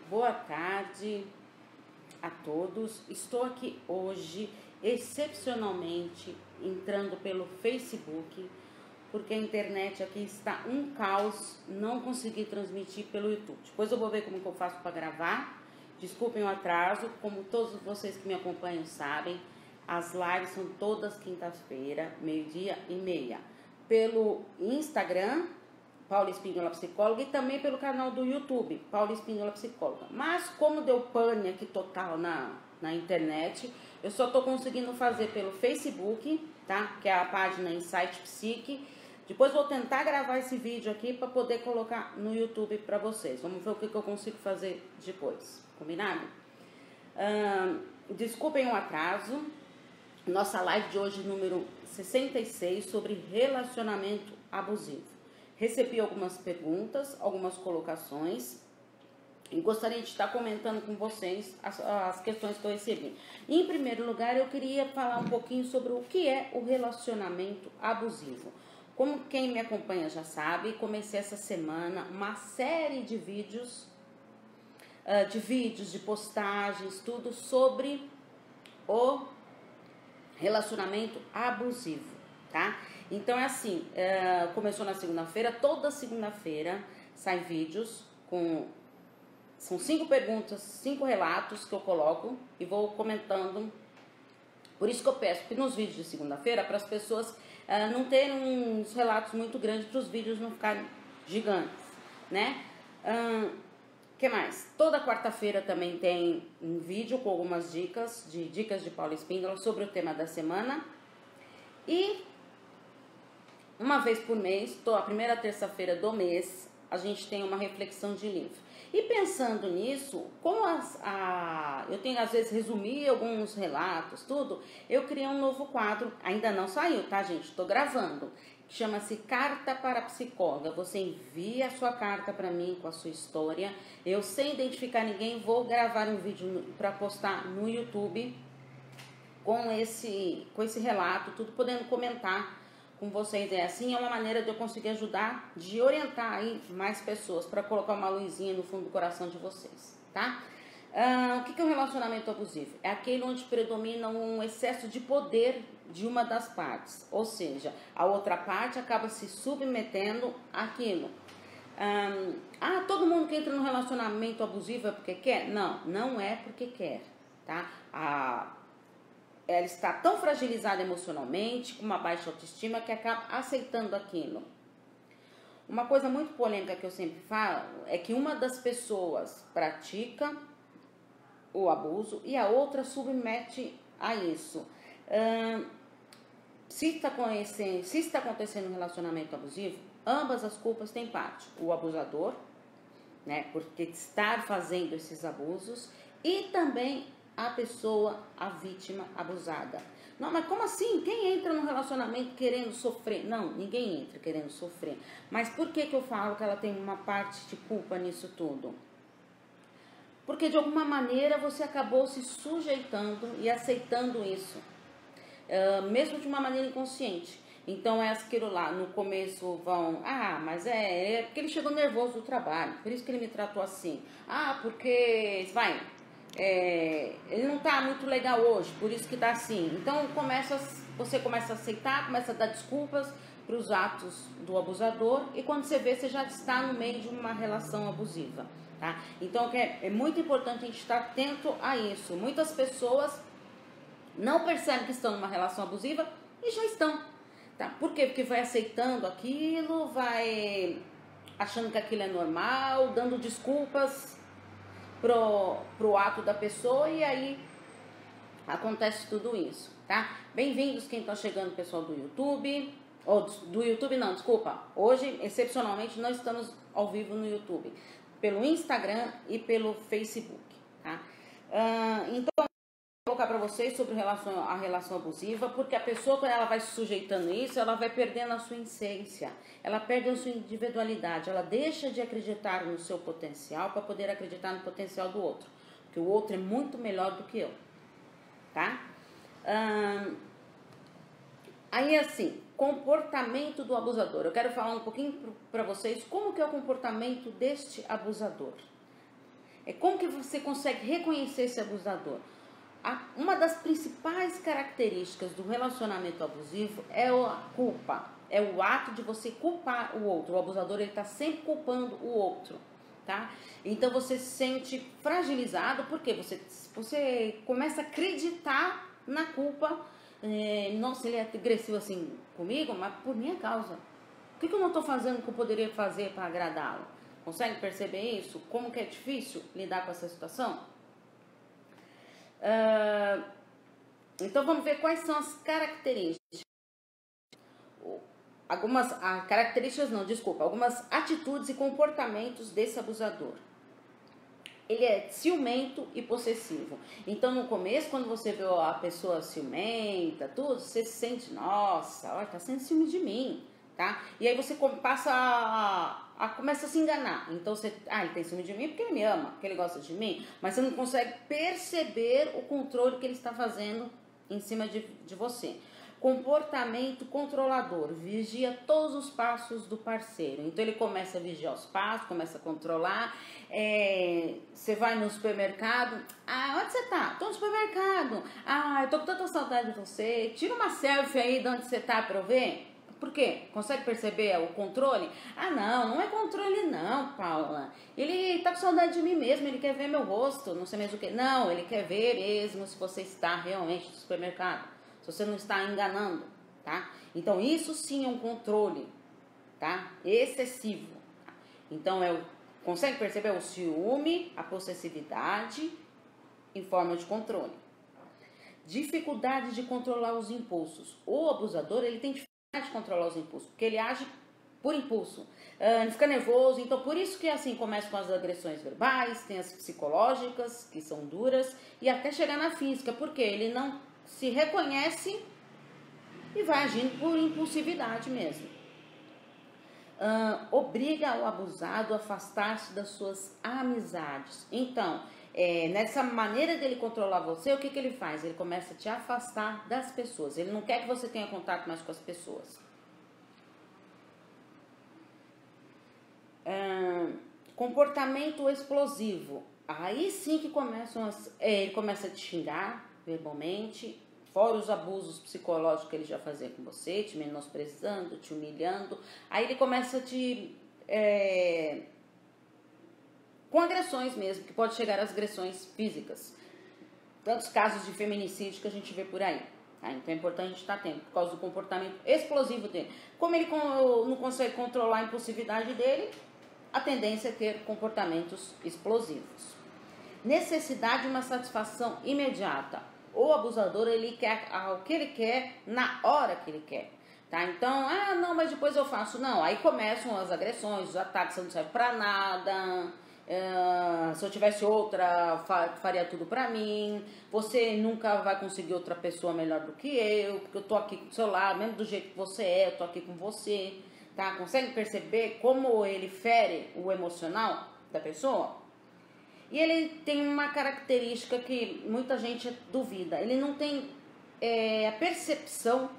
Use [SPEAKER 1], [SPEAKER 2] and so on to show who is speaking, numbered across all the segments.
[SPEAKER 1] Boa tarde a todos. Estou aqui hoje, excepcionalmente, entrando pelo Facebook, porque a internet aqui está um caos, não consegui transmitir pelo YouTube. Depois eu vou ver como que eu faço para gravar. Desculpem o atraso, como todos vocês que me acompanham sabem, as lives são todas quintas-feira, 12h30. Pelo Instagram, Paula Espíndola Psicóloga, e também pelo canal do YouTube, Paula Espíndola Psicóloga. Mas como deu pane aqui total na internet, eu só tô conseguindo fazer pelo Facebook, tá? Que é a página Insight Psique. Depois vou tentar gravar esse vídeo aqui para poder colocar no YouTube para vocês. Vamos ver o que eu consigo fazer depois, combinado? Desculpem o atraso. Nossa live de hoje, número 66, sobre relacionamento abusivo. Recebi algumas perguntas, algumas colocações e gostaria de estar comentando com vocês as questões que eu recebi. Em primeiro lugar, eu queria falar um pouquinho sobre o que é o relacionamento abusivo. Como quem me acompanha já sabe, comecei essa semana uma série de vídeos, de postagens, tudo sobre o relacionamento abusivo, tá? Então é assim, começou na segunda-feira, toda segunda-feira sai vídeos são 5 perguntas, 5 relatos que eu coloco e vou comentando. Por isso que eu peço que nos vídeos de segunda-feira, para as pessoas não terem uns relatos muito grandes, para os vídeos não ficarem gigantes, né? Que mais? Toda quarta-feira também tem um vídeo com algumas dicas de Paula Espíndola sobre o tema da semana. E uma vez por mês, a primeira terça-feira do mês, a gente tem uma reflexão de livro. E pensando nisso, como eu tenho às vezes resumir alguns relatos, tudo, eu criei um novo quadro, ainda não saiu, tá gente? Estou gravando. Chama-se Carta para a Psicóloga. Você envia a sua carta para mim com a sua história. Eu, sem identificar ninguém, vou gravar um vídeo para postar no YouTube com esse relato, tudo podendo comentar com vocês. É assim, é uma maneira de eu conseguir ajudar, de orientar aí mais pessoas, para colocar uma luzinha no fundo do coração de vocês, tá? O que é um relacionamento abusivo? É aquele onde predomina um excesso de poder de uma das partes, ou seja, a outra parte acaba se submetendo àquilo. Todo mundo que entra no relacionamento abusivo é porque quer? Não, não é porque quer, tá? Ela está tão fragilizada emocionalmente, com uma baixa autoestima, que acaba aceitando aquilo. Uma coisa muito polêmica que eu sempre falo é que uma das pessoas pratica o abuso e a outra submete a isso. Se está acontecendo um relacionamento abusivo, ambas as culpas têm parte. O abusador, né, por estar fazendo esses abusos, e também a pessoa, a vítima abusada. Não, mas como assim? Quem entra num relacionamento querendo sofrer? Não, ninguém entra querendo sofrer. Mas por que eu falo que ela tem uma parte de culpa nisso tudo? Porque de alguma maneira você acabou se sujeitando e aceitando isso, mesmo de uma maneira inconsciente. Então é aquilo lá, no começo mas é porque ele chegou nervoso do trabalho, por isso que ele me tratou assim. Porque ele não tá muito legal hoje, por isso que tá assim. Então você começa a aceitar, começa a dar desculpas para os atos do abusador, e quando você vê, você já está no meio de uma relação abusiva, tá? Então é muito importante a gente estar atento a isso. Muitas pessoas não percebem que estão numa relação abusiva e já estão, tá? Por quê? Porque vai aceitando aquilo, vai achando que aquilo é normal, dando desculpas pro ato da pessoa, e aí acontece tudo isso, tá? Bem-vindos quem tá chegando, pessoal do YouTube, do YouTube não, desculpa, hoje excepcionalmente não estamos ao vivo no YouTube, pelo Instagram e pelo Facebook, tá? Então vou colocar para vocês sobre a relação abusiva, porque a pessoa, quando ela vai se sujeitando a isso, ela vai perdendo a sua essência, ela perde a sua individualidade, ela deixa de acreditar no seu potencial para poder acreditar no potencial do outro, porque o outro é muito melhor do que eu, tá? Aí assim, comportamento do abusador. Eu quero falar um pouquinho para vocês como que é o comportamento deste abusador. Como que você consegue reconhecer esse abusador? Uma das principais características do relacionamento abusivo é a culpa. É o ato de você culpar o outro. O abusador, ele está sempre culpando o outro, tá? Então você se sente fragilizado porque você começa a acreditar na culpa. Nossa, ele é agressivo assim comigo, mas por minha causa. O que eu não estou fazendo que eu poderia fazer para agradá-lo? Consegue perceber isso? Como que é difícil lidar com essa situação? Então vamos ver quais são as características. Algumas atitudes e comportamentos desse abusador. Ele é ciumento e possessivo. Então no começo, quando você vê a pessoa ciumenta, tudo, você se sente, nossa, olha, tá sendo ciúme de mim, tá? E aí você começa a se enganar. Então ele tem ciúme de mim porque ele me ama, porque ele gosta de mim, mas você não consegue perceber o controle que ele está fazendo em cima de você. Comportamento controlador, vigia todos os passos do parceiro. Então ele começa a vigiar os passos, começa a controlar. Você vai no supermercado, onde você tá? Tô no supermercado. Eu tô com tanta saudade de você. Tira uma selfie aí de onde você tá pra eu ver. Por quê? Consegue perceber o controle? Não é controle não, Paula. Ele tá com saudade de mim mesmo, ele quer ver meu rosto, não sei mesmo o que. Não, ele quer ver mesmo se você está realmente no supermercado. Se você não está enganando, tá? Então, isso sim é um controle, tá? Excessivo. Então, consegue perceber o ciúme, a possessividade em forma de controle. Dificuldade de controlar os impulsos. O abusador, ele tem dificuldade de controlar os impulsos, porque ele age por impulso. Ele fica nervoso, então por isso que assim começa com as agressões verbais, tem as psicológicas, que são duras, e até chegar na física, porque ele não se reconhece e vai agindo por impulsividade mesmo. Obriga o abusado a afastar-se das suas amizades. Então, nessa maneira dele controlar você, o que ele faz? Ele começa a te afastar das pessoas. Ele não quer que você tenha contato mais com as pessoas. Comportamento explosivo. Aí sim que ele começa a te xingar verbalmente, fora os abusos psicológicos que ele já fazia com você, te menosprezando, te humilhando. Aí ele começa a com agressões mesmo, que pode chegar às agressões físicas. Tantos casos de feminicídio que a gente vê por aí. Tá? Então é importante a gente estar atento, por causa do comportamento explosivo dele. Como ele não consegue controlar a impulsividade dele, a tendência é ter comportamentos explosivos. Necessidade de uma satisfação imediata. O abusador, ele quer o que ele quer na hora que ele quer, tá? Então, não, mas depois eu faço. Não, aí começam as agressões, os ataques, você não serve pra nada. Se eu tivesse outra, faria tudo pra mim. Você nunca vai conseguir outra pessoa melhor do que eu, porque eu tô aqui do seu lado, mesmo do jeito que você é, eu tô aqui com você, tá? Consegue perceber como ele fere o emocional da pessoa? E ele tem uma característica que muita gente duvida. Ele não tem a percepção,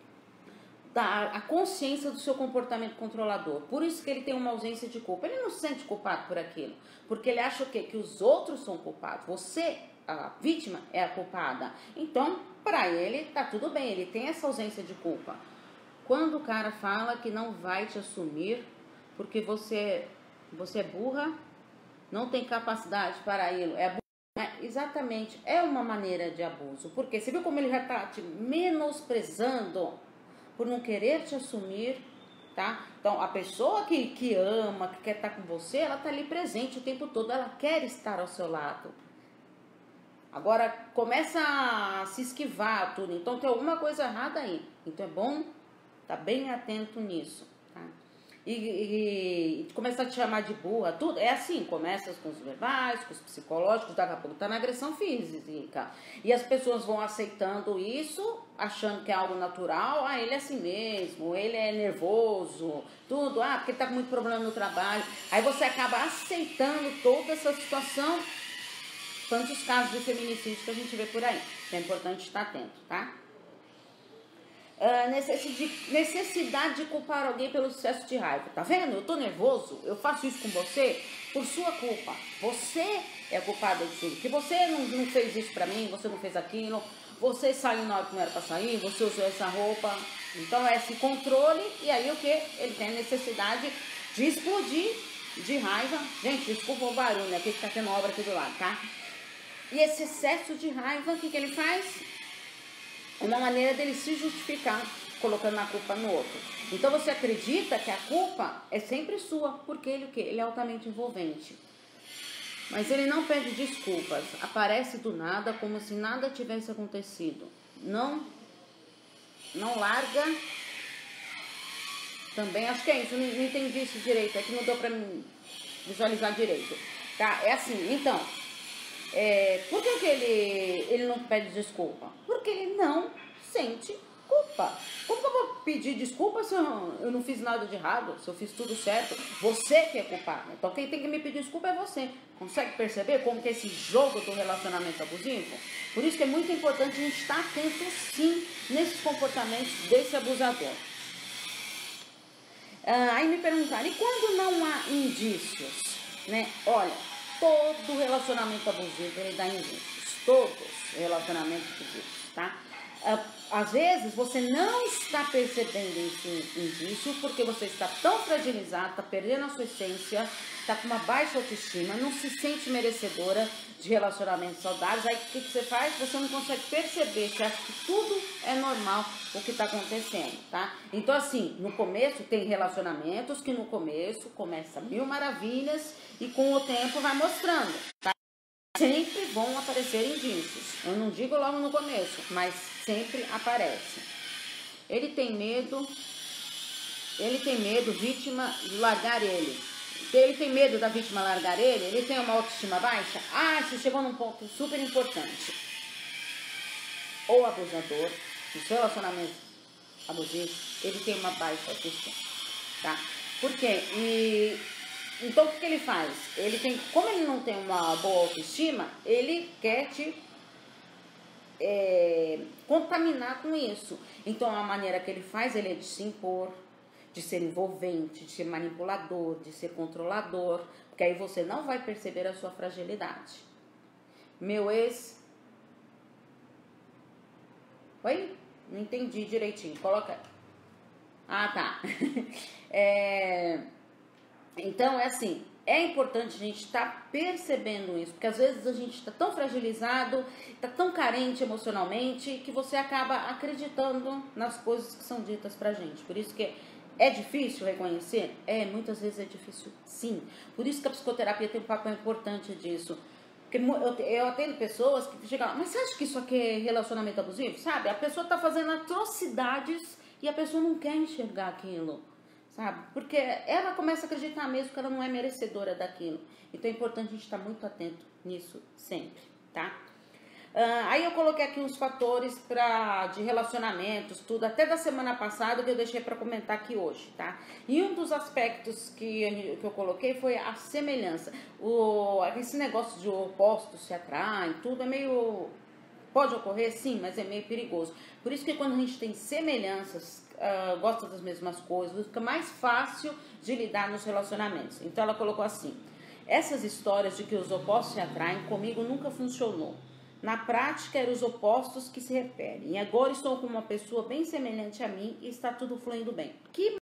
[SPEAKER 1] a consciência do seu comportamento controlador. Por isso que ele tem uma ausência de culpa. Ele não se sente culpado por aquilo. Porque ele acha o quê? Que os outros são culpados. Você, a vítima, é a culpada. Então, para ele, tá tudo bem. Ele tem essa ausência de culpa. Quando o cara fala que não vai te assumir porque você é burra, não tem capacidade para ele, exatamente, é uma maneira de abuso. Porque você viu como ele já está te menosprezando por não querer te assumir, tá? Então, a pessoa que ama, que quer estar com você, ela está ali presente o tempo todo, ela quer estar ao seu lado. Agora, começa a se esquivar tudo, então tem alguma coisa errada aí. Então, é bom estar bem atento nisso, tá? E começa a te chamar de burra, tudo, é assim, começa com os verbais, com os psicológicos, daqui a pouco tá na agressão física, e as pessoas vão aceitando isso, achando que é algo natural, ele é assim mesmo, ele é nervoso, tudo, porque ele tá com muito problema no trabalho, aí você acaba aceitando toda essa situação, tantos casos de feminicídio que a gente vê por aí, é importante estar atento, tá? necessidade de culpar alguém pelo excesso de raiva. Tá vendo? Eu tô nervoso, eu faço isso com você por sua culpa. Você é culpada de tudo. Que você não fez isso pra mim, você não fez aquilo, você saiu na hora que não era pra sair, você usou essa roupa. Então é esse controle, e aí o que? Ele tem a necessidade de explodir de raiva. Gente, desculpa o barulho, aqui que tá tendo obra aqui do lado, tá? E esse excesso de raiva, o que ele faz? É uma maneira dele se justificar, colocando a culpa no outro. Então você acredita que a culpa é sempre sua, porque ele o quê? Ele é altamente envolvente. Mas ele não pede desculpas, aparece do nada como se nada tivesse acontecido. Não larga. Também, acho que é isso, não entendi isso direito, é que não deu pra mim visualizar direito. Tá, é assim, então, por que ele não pede desculpa? Porque ele não sente culpa. Como que eu vou pedir desculpa se eu não fiz nada de errado, se eu fiz tudo certo? Você que é culpado. Então quem tem que me pedir desculpa é você. Consegue perceber como que é esse jogo do relacionamento abusivo? Por isso que é muito importante a gente estar atento sim nesses comportamentos desse abusador. Aí me perguntaram, e quando não há indícios? Né? Olha, todo relacionamento abusivo ele dá indícios. Todos relacionamentos abusivos, tá? Às vezes você não está percebendo esse indício porque você está tão fragilizado, está perdendo a sua essência, está com uma baixa autoestima, não se sente merecedora de relacionamentos saudáveis. Aí o que você faz? Você não consegue perceber, você acha que tudo é normal o que está acontecendo, tá? Então assim, no começo tem relacionamentos que no começo começa mil maravilhas e com o tempo vai mostrando, tá? Sempre vão aparecer indícios. Eu não digo logo no começo, mas sempre aparece. Ele tem medo, vítima largar ele. Ele tem medo da vítima largar ele tem uma autoestima baixa. Você chegou num ponto super importante. O abusador, nos relacionamentos abusivos, ele tem uma baixa autoestima, tá? Por quê? Então, o que ele faz? Como ele não tem uma boa autoestima, ele quer te contaminar com isso. Então, a maneira que ele faz, ele é de se impor, de ser envolvente, de ser manipulador, de ser controlador, porque aí você não vai perceber a sua fragilidade. Meu ex... Oi? Não entendi direitinho. Coloca... tá. Então, é assim, é importante a gente estar percebendo isso, porque às vezes a gente está tão fragilizado, está tão carente emocionalmente, que você acaba acreditando nas coisas que são ditas pra gente. Por isso que é difícil reconhecer? Muitas vezes é difícil, sim. Por isso que a psicoterapia tem um papel importante disso. Porque eu atendo pessoas que chegam lá, mas você acha que isso aqui é relacionamento abusivo? Sabe? A pessoa está fazendo atrocidades e a pessoa não quer enxergar aquilo. Sabe? Porque ela começa a acreditar mesmo que ela não é merecedora daquilo. Então é importante a gente estar muito atento nisso sempre, tá? Aí eu coloquei aqui uns fatores de relacionamentos, tudo, até da semana passada que eu deixei para comentar aqui hoje, tá? E um dos aspectos que eu coloquei foi a semelhança. Esse negócio de opostos se atraem, tudo é meio... Pode ocorrer, sim, mas é meio perigoso. Por isso que quando a gente tem semelhanças, gosta das mesmas coisas, fica mais fácil de lidar nos relacionamentos. Então ela colocou assim: essas histórias de que os opostos se atraem, comigo nunca funcionou. Na prática, eram os opostos que se repelem. E agora estou com uma pessoa bem semelhante a mim e está tudo fluindo bem. Que